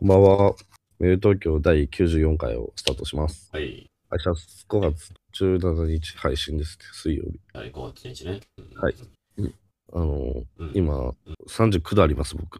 こんばんは。メール東京第94回をスタートします。 はい。 明日5月17日配信です。水曜日。 はい、5月1日ね。 はい。今、 うん 39度あります、僕。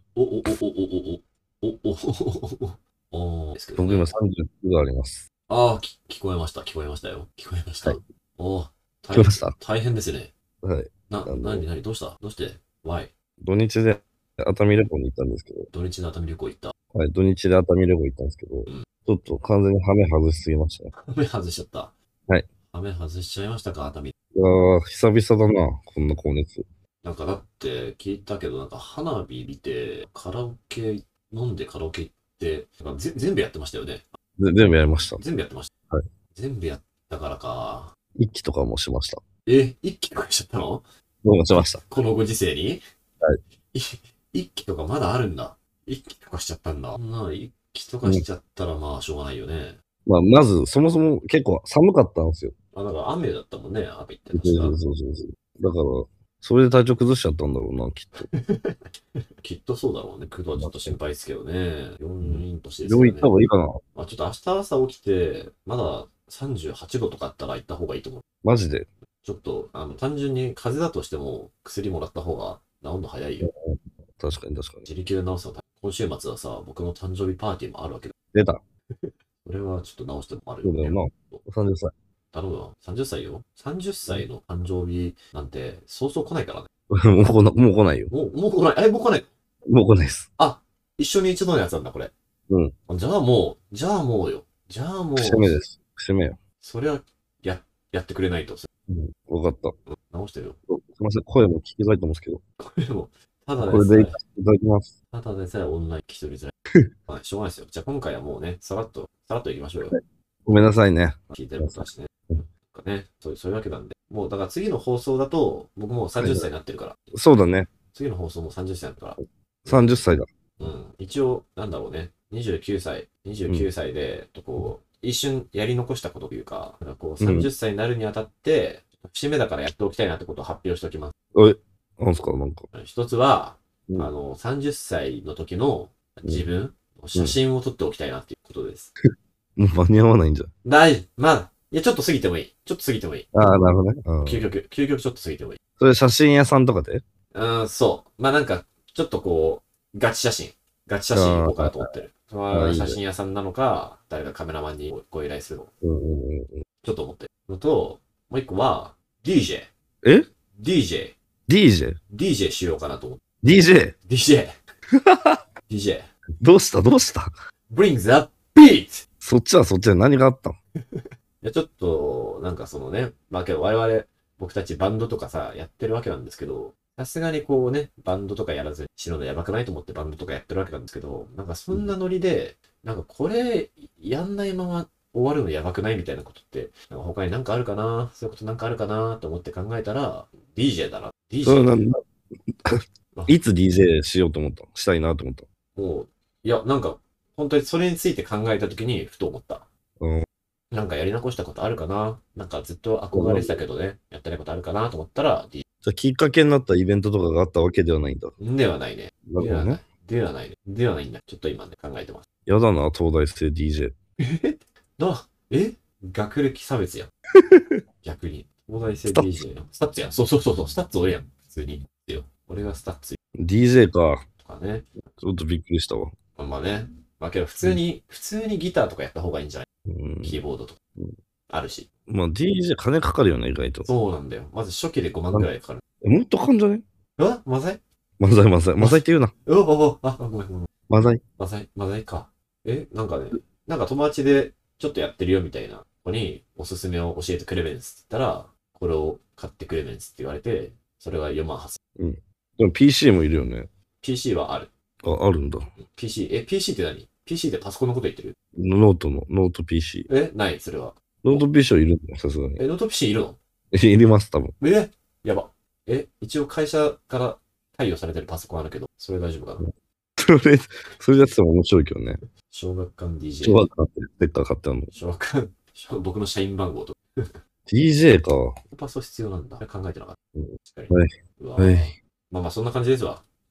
ですけど僕今ね。 39度あります。 ああ、聞こえました。聞こえましたよ。聞こえましはい。 た。おお、 聞こえました？ 大変ですね。 はい。 どうしたどうして ?Why? 土日で熱海旅行に行ったんですけど、 土日の熱海旅行行った。 はい、土日で熱海旅行行ったんですけど、 うん。 ちょっと完全にハメ外しすぎましたね。 ハメ外しちゃった。 はい。 ハメ外しちゃいましたか、熱海。 いやー、久々だな、こんな高熱。 なんかだって聞いたけど、なんか花火見て、飲んでカラオケ行って、なんか全部やってましたよね。 全部やりました。 全部やってました。 はい。 全部やったからか。 一期とかもしました。 一気とかしちゃったの？ どうもしました。 このご時世にはい。 い一気とかまだあるんだ。一気とかしちゃったんだ。一気とかうん。 しちゃったらまあしょうがないよね。 まず、そもそも結構寒かったんですよ。 だから雨だったもんね、雨ってそうそう確か。 そうそう。だから、それで体調崩しちゃったんだろうな、きっと。 きっとそうだろうね。工藤はちょっと心配ですけどね。要うん。 因としてですけ病院行ったどね。 方がいいかな。 まあちょっと明日朝起きて、まだ38度とかあったら行った方がいいと思う。 マジで。 ちょっと、単純に風邪だとしても薬もらった方が治るの早いよ。 確かに確かに。 自力で治すのは今週末はさ、僕の誕生日パーティーもあるわけだ。 出た。 それはちょっと直してもあるよ。 そうだよな。30歳。 頼むわ。30歳よ。30歳の誕生日なんて、そうそう来ないからね。 もう来ないよ。 もう来ない。もう来ない。 もう来ないです。 あ、一緒に一度のやつなんだ、これ。 うん。 じゃあもうよ。じゃあもう、 節目です。節目よ。 それは、やってくれないと。 うん。わかった。 直してよ。 すいません。声も聞きづらいと思うんですけど。 これも、ただこれで行かでさえ、 せていただきます。 ただでさえオンライン聞き取りづらい。まあ、しょうがないですよ。じゃあ今回はもうね、さらっと行きましょうよ。 ごめんなさいね。 聞いてごめんなさい。 ることはしてね。そういうわけなんで。もう、だから次の放送だと、僕もう30 はいはい。 歳になってるから。 そうだね。 次の放送も30歳になったから。 30歳だ。 一応、なんだろうね。29 うん。 歳で、一瞬やり残したことというか、 うん。 30歳になるにあたって、節目だからやっておきたいなってことを発表しておきます。 え、なんすかなんか。 一つは、 うん。 30歳の時のうん。 自分の写うん。 真を撮っておきたいなっていうことです。 もう間に合わないんじゃん。 まあ、いや、ちょっと過ぎてもいい。ちょっと過ぎてもいい。 ああ、なるほどね。うん。 究極ちょっと過ぎてもいい。 それ写真屋さんとかで？ そう。まあなんか、ちょっとガチ写真行こうかなああ、 と思ってる。 ああ、いいね。 写真屋さんなのか、誰かカメラマンにご依頼するのうんうんうん。 ちょっと思ってるのと、もう一個は、DJ。 え？ DJ。 DJ？ DJ しようかなと思って。 DJ？ DJ。DJ。 どうしたどうした？ Bring the beat! そっちはそっちで何があったの？ いや、ちょっと、なんかそのね、まあけど僕たちバンドとかさ、やってるわけなんですけど、さすがにこうね、バンドとかやらずに死ぬのやばくないと思ってバンドとかやってるわけなんですけど、なんかそんなノリで、なんかこれ、やんないまま終わるのやばくないみたいなことって、なんか他になんかあるかなそういうことなんかあるかなと思って考えたら、DJ だな。 それ DJ。あ、 いつ DJ しようと思ったの？したいなと思った。 もう、いや、なんか、本当にそれについて考えたときにふと思った。 うん。 なんかやり残したことあるかななんかずっと憧れてたけどね、やってないことあるかなと思ったら、 じゃあきっかけになったイベントとかがあったわけではないんだ。 ではないね。 なるほどね。 ではないんだ。ちょっと今ね、考えてます。 やだな、東大生 DJ。 な、え学歴差別やん。逆に。東大生スタッツ。 DJ やん。スタッツやん。そう。スタッツ俺やん。普通に。俺がスタッツ DJ か。 とかね。 ちょっとびっくりしたわ。 まあね。まあけど普通にギターとかやった方がいいんじゃない？ うん。 キーボードとか。あるし。 まあ DJ 金かかるよね、意外と。 そうなんだよ。まず初期で5万ぐらいかかる。 もっとかかんじゃね？ マザイマザイって言うな。 ごめん。 マザイ。 マザイか。なんかね、なんか友達でちょっとやってるよみたいな子におすすめを教えてくれメンスって言ったら、これを買ってくれメンスって言われて、それが4万8000。 うん。でも PC もいるよね。 PC はある。 あ、あるんだ。 PC って何？ PC ってパソコンのこと言ってる？ ノート PC。 ない、それは。 ノート PC はいるんだよ、さすがに。 ノート PC いるの？ いります、多分。 やば。一応会社から貸与されてるパソコンあるけど、それ大丈夫かな？ それ、それやってても面白いけどね。 小学館小 DJ。 学館ってステッカー買ってあるの。 小学館、僕の社員番号と。 DJ か。 パソ必要なんだ。考えてなかった。 うん。 確かに。 はい。 うわはい。 まあそんな感じですわ。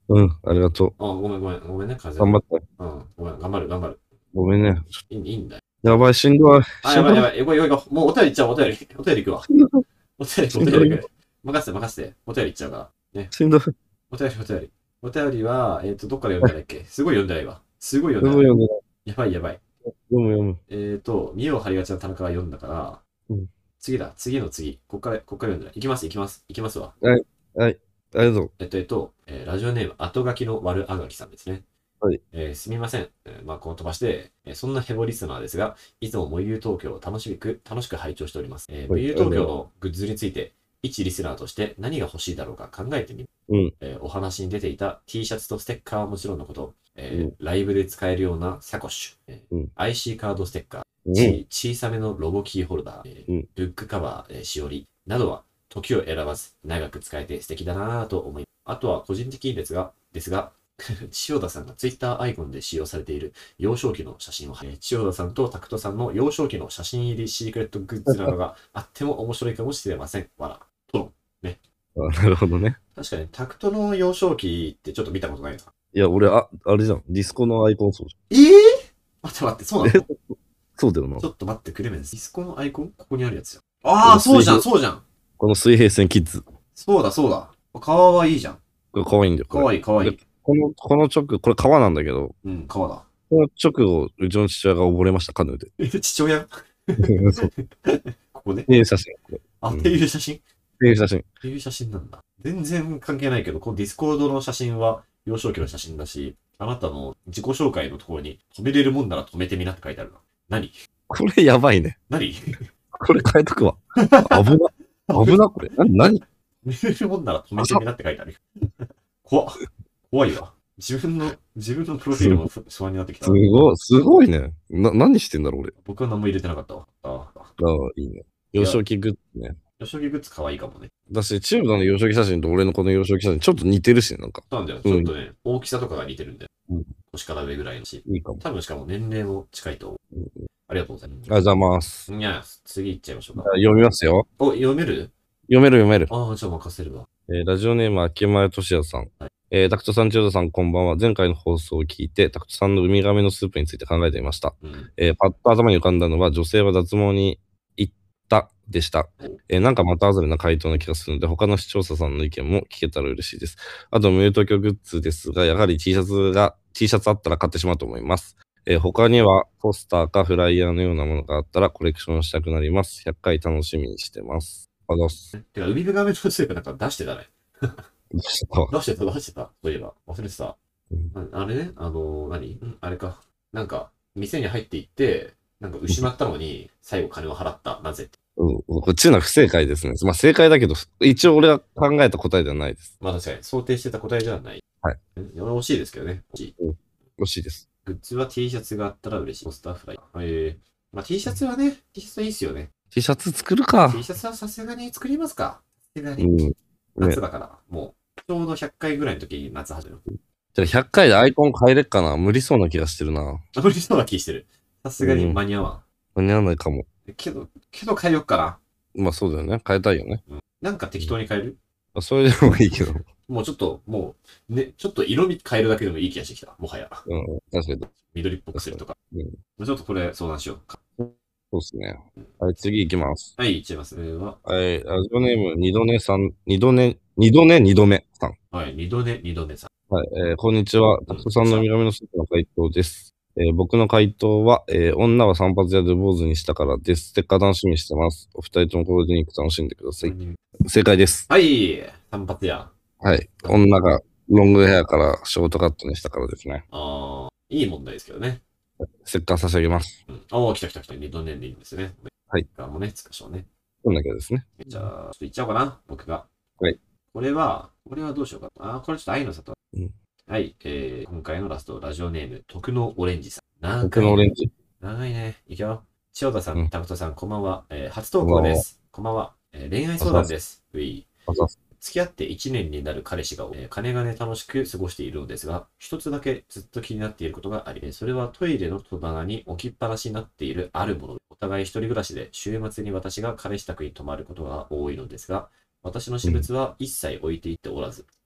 うん、ありがとう。 あ、ごめんごめん。ごめんね、風邪で。 頑張って。 うん、ごめん。頑張る頑張る。 ごめんね。 いいんだよ。 やばい、しんどい。 あ、 しんどい。 やばいやばい。行こう行こう行こう。もうお便り行っちゃおう。お便り。お便り行くわ。 しんどい。 おしんどいよ。 便り行く。任せて任せて。お便り行っちゃうから。ね。 しんどい。 お便りお便り。お便りは、どっから読んだらいいっけ？すごい読んだらいいわ。すごい読んだらいい。 すごい読んでない。 やばいやばい。 読む読む。 見栄を張りがちな田中が読んだから、 うん。 次だ。次の次。こっから読んだら。いきます行きます。行きますわ。 はい。はい。ありがとう。 ラジオネーム、後書きの悪あがきさんですね。 はい。 すみません。まあ、この飛ばして、そんなヘボリスナーですが、いつも森友東京を楽しく拝聴しております。 はい。 森友ありがと東京のグッズについて、一リスナーとして何が欲しいだろうか考えてみる。 う。うん。 お話に出ていた T シャツとステッカーはもちろんのこと、 うん。 ライブで使えるようなサコッシュ、 うん。 IC カードステッカー、 うん。 小さめのロゴキーホルダー、 うん。 ブックカバー、しおりなどは時を選ばず長く使えて素敵だなぁと思います。あとは個人的にですが、千代田さんがツイッターアイコンで使用されている幼少期の写真を、千代田さんとタクトさんの幼少期の写真入りシークレットグッズなどがあっても面白いかもしれません。わら。との。ね。 あ、なるほどね。 確かにタクトの幼少期ってちょっと見たことないな。 いや、俺、あれじゃん。ディスコのアイコンそうじ待って待って、そうゃん。 なの？ そうだよな。 ちょっと待って、クレメンス。ディスコのアイコンここにあるやつじゃん。ああ、そうじゃん、そうじゃん。 この水平線キッズ。 そうだ、そうだ。顔はいいじゃん。 これ可愛いんだよ、これ。 かわいい、かわいで、 い。 この直後、これ川なんだけど、 うん、顔だ。 この直後、うちの父親が溺れました、カヌーで。 父親そう。っここね。 ていう写真。これあ、っうん。っていう写真っていう写真。 ていう写真なんだ。全然関係ないけど、このディスコードの写真は幼少期の写真だし、あなたの自己紹介のところに止めれるもんなら止めてみなって書いてあるな。何これやばいね。 何これ変えとくわ。危な。危な、これ。何止めれるもんなら止めてみなって書いてある。怖っ。怖いわ。自分のプロフィールも不安になってきた。 すごいね。何してんだろう、俺。 僕は何も入れてなかったわ。ああ。 ああ、いいね。幼少期グッズね。 吉木グッズ可愛いかもね。 だし、チューブの幼少期写真と俺のこの幼少期写真、ちょっと似てるし、なんか。 そうなんだよ。 うん。 ちょっとね、大きさとかが似てるんだよ。 うん腰から上ぐらいのし。 いいかも。 多分しかも年齢も近いと思う。 うんありがとうございまありがとうございます。 す。いや、次行っちゃいましょうか。 読みますよ。 お、読める？ 読める読める。 ああ、じゃあ任せるわ。 ラジオネーム、秋前俊也さん。 はい。 タクトさん、千代田さん、こんばんは。前回の放送を聞いて、タクトさんのウミガメのスープについて考えてみました。 うん。 パッと頭に浮かんだのは、女性は脱毛に行ったでした。なんか的外れな回答な気がするので、他の視聴者さんの意見も聞けたら嬉しいです。あと、無友東京グッズですが、やはり T シャツあったら買ってしまうと思います。他にはポスターかフライヤーのようなものがあったらコレクションしたくなります。100回楽しみにしてます。あざっす。 てか、ウミガメのスープなんか出してたね。 どうしたか。 出してた。そういえば。忘れてた。あれね、あれか。なんか、店に入っていって、なんか失ったのに、最後金を払った。なぜ？ こっちのは不正解ですね。まあ正解だけど、一応俺が考えた答えではないです。 まあ確かに、想定してた答えではない。 はい。 惜しいですけどね。惜しい。 惜しいです。 グッズは T シャツがあったら嬉しい。ポスターフライ。まあ T シャツはね、T シャツはいいっすよね。 T シャツ作るか。 T シャツはさすがに作りますか。さすがに。 うん。ね、 夏だから、もう、ちょうど100回ぐらいの時に夏始める。 じゃあ100回でアイコン変えれっかな。無理そうな気がしてるな。 無理そうな気してる。さすがに間に合わ間に合わないかも。 ん。けど変えよっかな。 まあそうだよね。変えたいよね。 なんか適当に変える？ それでもいいけど。 もうちょっと、ね、ちょっと色味変えるだけでもいい気がしてきた。もはや。 うん、確かに。 緑っぽくするとか。 うん、 ちょっとこれ相談しようか。 そうですね。はい、次行きます。 はい、いっちゃいます。 はい、ラジオネーム、二度寝さん、二度寝、二度寝、二度目さん。 はい、二度寝さん。 はい、こんにちは。タクトさんの南のスープの回答です。僕の回答は、女は散髪やル坊主にしたからです。ステッカー楽しみにしてます。お二人ともゴールデンウィーク楽しんでください。正解です。 はい、散髪や。 はい。女がロングヘアからショートカットにしたからですね。 ああ、いい問題ですけどね。 ステッカー差し上げます。 来た来た来た。二度寝でいいんですね。 はい。 もね、つかしょうね。 こんだけですね。 じゃあ、ちょっといっちゃおうかな、僕が。 はい。 これはどうしようか。これちょっと愛の里。 うん、 はい、今回のラスト、ラジオネーム、徳のオレンジさん。 僕のオレンジ。 長いね。いくよ。千代田さん、タクトさん、こんばんは。初投こんばんは稿です。こんばんは。恋愛相談です。付き合って1年になる彼氏が、金がね楽しく過ごしているのですが、一つだけずっと気になっていることがあり、それはトイレの戸棚に置きっぱなしになっているあるもの。お互い一人暮らしで、週末に私が彼氏宅に泊まることが多いのですが、私の私物は一切置いていっておらず、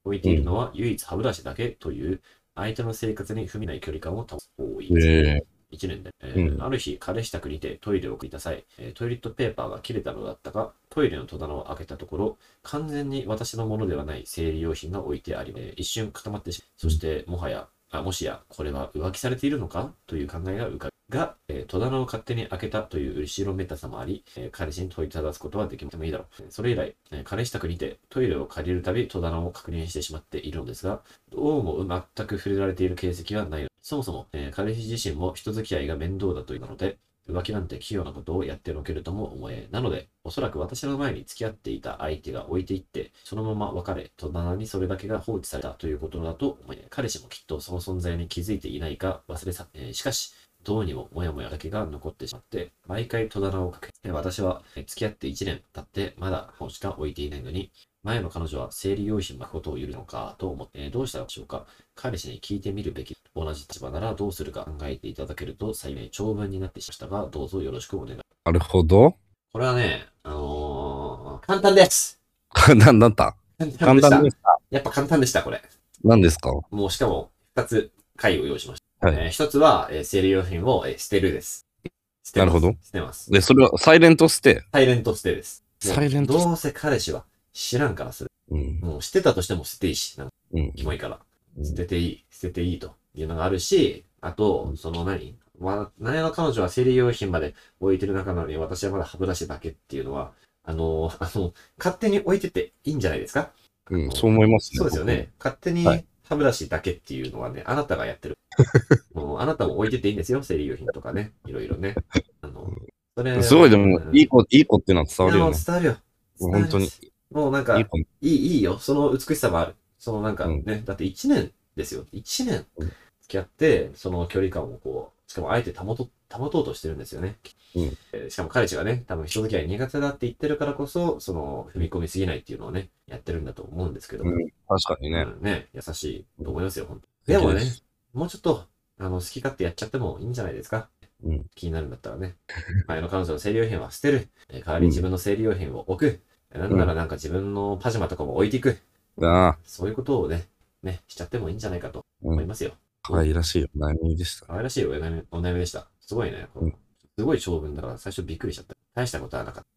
置いているのは唯一歯ブラシだけという、相手の生活に不備ない距離感を保つ多い。1年で、ある日、彼氏宅にてトイレを借りた際、トイレットペーパーが切れたのだったが、トイレの戸棚を開けたところ、完全に私のものではない生理用品が置いてあり、一瞬固まってしまう。そして、もしや、これは浮気されているのかという考えが浮かぶ。が、戸棚を勝手に開けたという後ろめたさもあり、彼氏に問いただすことはできません。いいだろう。それ以来、彼氏宅にてトイレを借りるたび戸棚を確認してしまっているのですが、どうも全く触れられている形跡はない。そもそも、彼氏自身も人付き合いが面倒だというので、浮気なんて器用なことをやってのけるとも思え。なので、おそらく私の前に付き合っていた相手が置いていって、そのまま別れ、戸棚にそれだけが放置されたということだと思え。彼氏もきっとその存在に気づいていないか忘れ去って、しかし、どうにもモヤモヤだけが残ってしまって、毎回戸棚をかけ、私は付き合って1年経ってまだ本しか置いていないのに、前の彼女は生理用品のことを言うのかと思って、どうしたらでしょうか。彼氏に聞いてみるべき。同じ立場ならどうするか考えていただけると幸い長文になってしましたが、どうぞよろしくお願い。 なるほど。 これはね、簡単です。 なんだった簡単でした。やっぱ簡単でした、これ。 何ですか？ もうしかも、2つ回を用意しました。 はい。 1つは、生理用品を、捨てるです。 なるほど。 捨てます。 で、それはサイレントステサイレント捨てです。 サイレントどうせ彼氏は知らんからする。 うん。 もう捨てたとしても捨てていいし、なんかキモいから。捨てていいというのがあるし、あと、何の彼女は生理用品まで置いてる中なのに、私はまだ歯ブラシだけっていうのは、勝手に置いてていいんじゃないですか？ そう思いますね。 そうですよね。勝手に歯ブラシだけっていうのはね、あなたがやってる。もうあなたも置いてていいんですよ。生理用品とかね。いろいろね。それすごい、でも、いい子っていうのは伝わるよね。 伝わるよ。 本当に。 もうなんか、いいよ。その美しさもある。なんかね、だって1年ですよ。1年付き合って、その距離感をしかもあえて保とうとしてるんですよね。しかも彼氏がね、多分人付き合い苦手だって言ってるからこそ、踏み込みすぎないっていうのをね、やってるんだと思うんですけど。 確かにね。 ね、優しいと思いますよ、本当。でもね、もうちょっと、好き勝手やっちゃってもいいんじゃないですか。気になるんだったらね。前の彼女の生理用品は捨てる。代わりに自分の生理用品を置く。なんならなんか自分のパジャマとかも置いていく。そういうことをね、しちゃってもいいんじゃないかと思いますよ。 可愛らしいお悩みでした。 可愛らしいお悩みでした。すごいね。すごい長文だから最初びっくりしちゃった。大したことはなかった。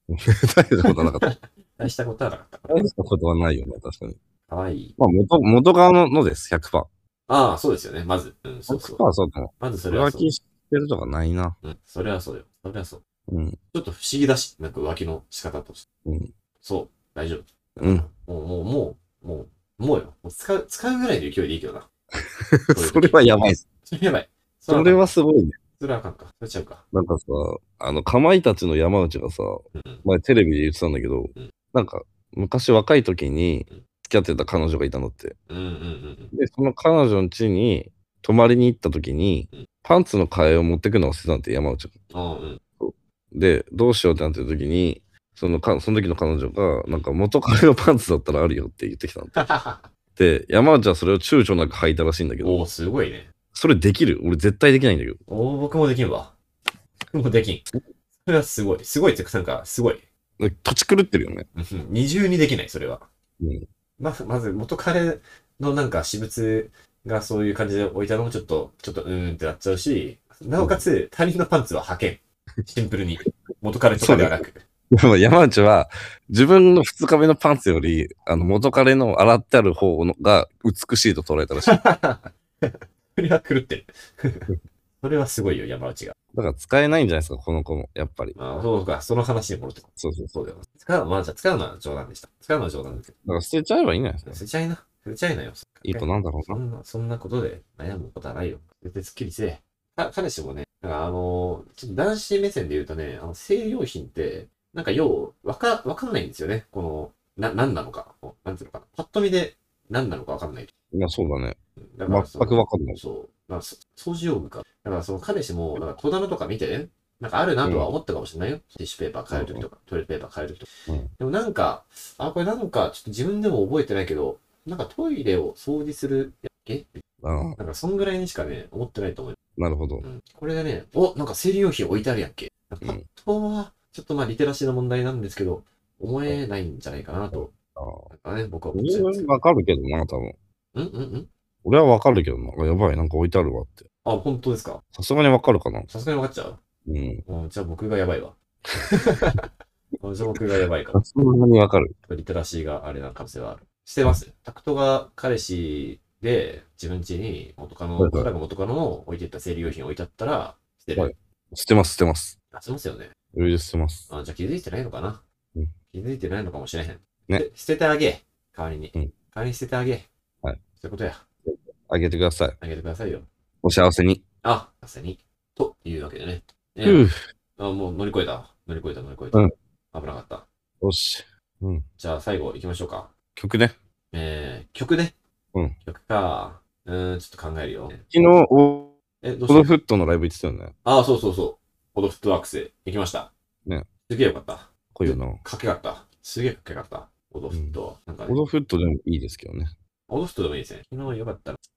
大したことはなかった。 大したことはなかった。 大したことはないよね、確かに。 可愛い。 まあ、元側のです、100%。 ああ、そうですよね。まず。 そうそう。そうかも。 まずそれはそう。 浮気してるとかないな。 それはそうよ。それはそう。 ちょっと不思議だし、なんか浮気の仕方として。そう、大丈夫。もうよ。使うぐらいの勢いでいいけどな。 それはやばいっす。 それやばい。 それはすごいね。 それはあかんか。それちゃうか。 なんかさ、かまいたちの山内がさ、前テレビで言ってたんだけど、なんか、昔若い時に付き合ってた彼女がいたのって。で、その彼女の家に泊まりに行った時に、パンツの替えを持ってくのを捨てたんって、山内が。で、どうしようってなってる時に、その時の彼女が、なんか元彼のパンツだったらあるよって言ってきたの。で、山内はそれを躊躇なく履いたらしいんだけど。 すごいね。 それできる？俺絶対できないんだけど。 僕もできんわ。僕もできん。それはすごい。すごいってなんか、すごい。 土地狂ってるよね。 二重にできない、それは。まず元彼のなんか私物がそういう感じで置いたのもちょっとってなっちゃうし、なおかつ他人のパンツは履けん。シンプルに。元彼とかではなく。 でも山内は自分の2日目のパンツより元彼の洗ってある方が美しいと捉えたらしい。 それは狂ってる。それはすごいよ、山内が。 だから使えないんじゃないですか、この子も、やっぱり。 そうか、その話に戻ってそうだよ。使うのは冗談でした。使うのは冗談ですけど。 だから捨てちゃえばいいんじゃないですか。 捨てちゃいなよ。 いい子なんだろうな。そんなことで悩むことはないよ。絶対すっきりせえ。彼氏もね、ちょっと男子目線で言うとね、生理用品って、なんかわかんないんですよね。何なのか。なんていうのかな。パッと見で何なのかわかんない。 いや、そうだね。全くわかんない。 そう。掃除用具か。だからその彼氏も、なんか戸棚とか見てね、なんかあるなとは思ったかもしれないよ。ティッシュペーパー変えるときとか、トイレットペーパー変えるときとか。でもなんか、これなんか、ちょっと自分でも覚えてないけど、なんかトイレを掃除するやっけなんかそんぐらいにしかね、思ってないと思う。 なるほど。 これでね、なんか生理用品置いてあるやんけ。パッとは、ちょっとリテラシーの問題なんですけど、思えないんじゃないかなとなんかね、僕は思っちゃいますけど。 わかるけどな、多分。 うんうんうん。 俺はわかるけどな。やばい、なんか置いてあるわって。 あ、本当ですか？ さすがにわかるかな。 さすがに分かっちゃう？ うん。 じゃあ僕がやばいわ。じゃあ僕がやばいかも。 さすがにわかる。 リテラシーがあれな可能性はある。してます。タクトが彼氏で自分家に元カノ、 はいはい彼が元カノの置いてった生理用品置いてあったら、捨てる。 はい捨てます、捨てます。 あ、捨てますよね。 余裕で捨てます。 じゃあ気づいてないのかな？ うん気づいてないのかもしれへん。 ねで捨ててあげ。代わりに。 うん代わりに捨ててあげ。 はい。 そういうことや。 あげてください。 あげてくださいよ。 お幸せに。 あ、させに。というわけでね。 ふう。 もう乗り越えた。乗り越えた、乗り越えた。 うん危なかった。 よし。うん。 じゃあ最後行きましょうか。 曲ね。 曲ね。 うん。 曲か。ちょっと考えるよ。 昨日、オどうードした？ フットのライブ行ってたよね。 そうそうそう。ポドフットワークスへ行きました。 ね。 すげえよかった。 濃いよな。 かっけかった。すげえかっけかった。ポドフット。なんかね、 オードフットでもいいですけどね。 ポドフットでもいいですね。昨日よかったな。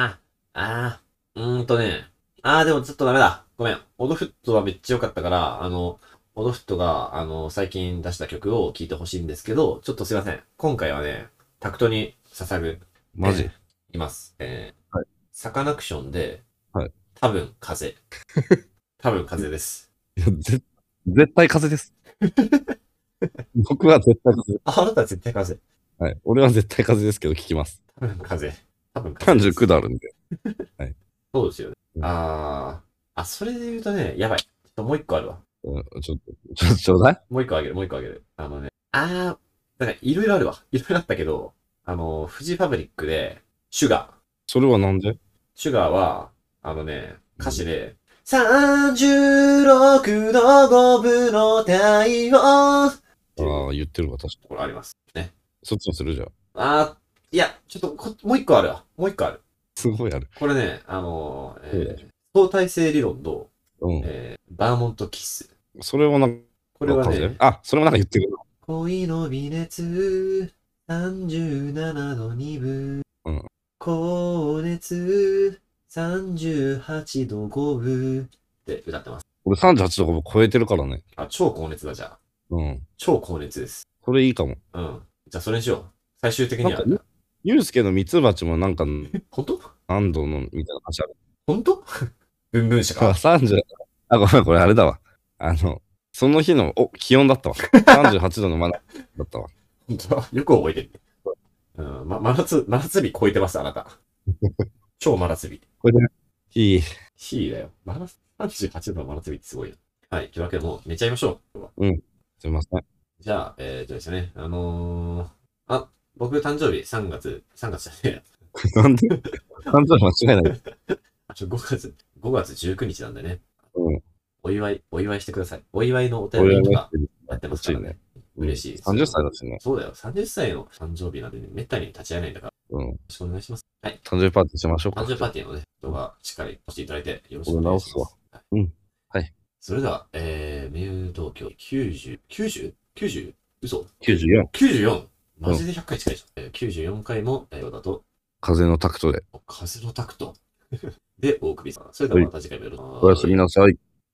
でもちょっとダメだ。ごめん。オドフットはめっちゃ良かったから、オドフットが、最近出した曲を聴いてほしいんですけど、ちょっとすいません。今回はね、タクトに捧ぐ。 マジ、 います。 はいサカナクションで、 はい多分風。多分風です。 いや絶対風です。僕は絶対風。 あなたは絶対風。 はい。俺は絶対風ですけど聞きます。 多分風。多分風です。 39度あるんで。 そうですよね。 うんそれで言うとね、やばい。ちょっともう一個あるわ。 ちょっとちょうだい。 もう一個あげる、もう一個あげる。なんかいろいろあるわ。いろいろあったけど、フジファブリックで、シュガー。 それはなんで？ シュガーは、歌詞で、36の5分の太陽っていうああ、言ってるわ、確かに。 ところありますね。 そっちにするじゃん。 いや、ちょっともう一個あるわ。もう一個ある。 すごいある。 これね、相対性理論と、 うん。 バーモントキッス。 それはなんか、 これは風ね、 それもなんか言ってる。 恋の微熱、37の2分。 うん高熱、38度5分。って歌ってます。 俺38度超えてるからね。 超高熱だ、じゃあ。 うん。 超高熱です。 それいいかも。 うん。じゃあそれにしよう。最終的にはなん。ユースケのミツバチもなんか本当？ 何度のみたいな話ある。 本当？ブンブンしか。 30、ごめん、これあれだわ。その日の気温だったわ。38度の真夏だったわ。 本当はよく覚えてるね。真夏日超えてます、あなた。超真夏日。 これで、いい。 C だよ。38度の真夏日ってすごいよ。はい。というわけでもう寝ちゃいましょう。今日はすいません。 じゃあ、ですね。僕誕生日3月じゃねえや。 なんで誕生日間違いない。 5月19日なんでね。 うん。 お祝いしてください。お祝いのお便りとかやってますからね。嬉しい。 30歳だしね。 そうだよ。30歳の誕生日なんでね、めったに立ち会えないんだから。 うん。 よろしくお願いします。はい。 誕生日パーティーしましょうか。 誕生日パーティーのね、動画しっかり押していただいてよろしくお俺願いします。 直すわ。うん。はい。 それでは、メール東京90嘘 94。 94! マジで100回近いじゃん。94回も、だと、 風のタクトで。 風のタクトでお送りします。それではまた次回もよろしくお願いします。 おやすみなさい。